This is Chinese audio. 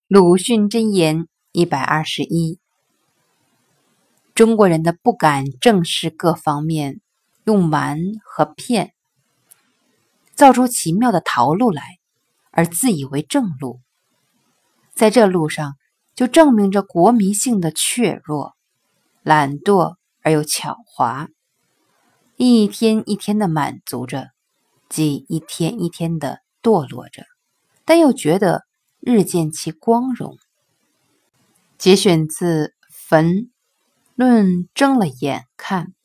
鲁迅箴言121：中国人的不敢正视各方面，用瞒和骗造出奇妙的逃路来，而自以为正路。在这路上，就证明着国民性的怯弱、懒惰而又狡猾，一天一天的满足着，即一天一天的堕落着，但又觉得日渐其光荣。节选自《焚论睁了眼看》。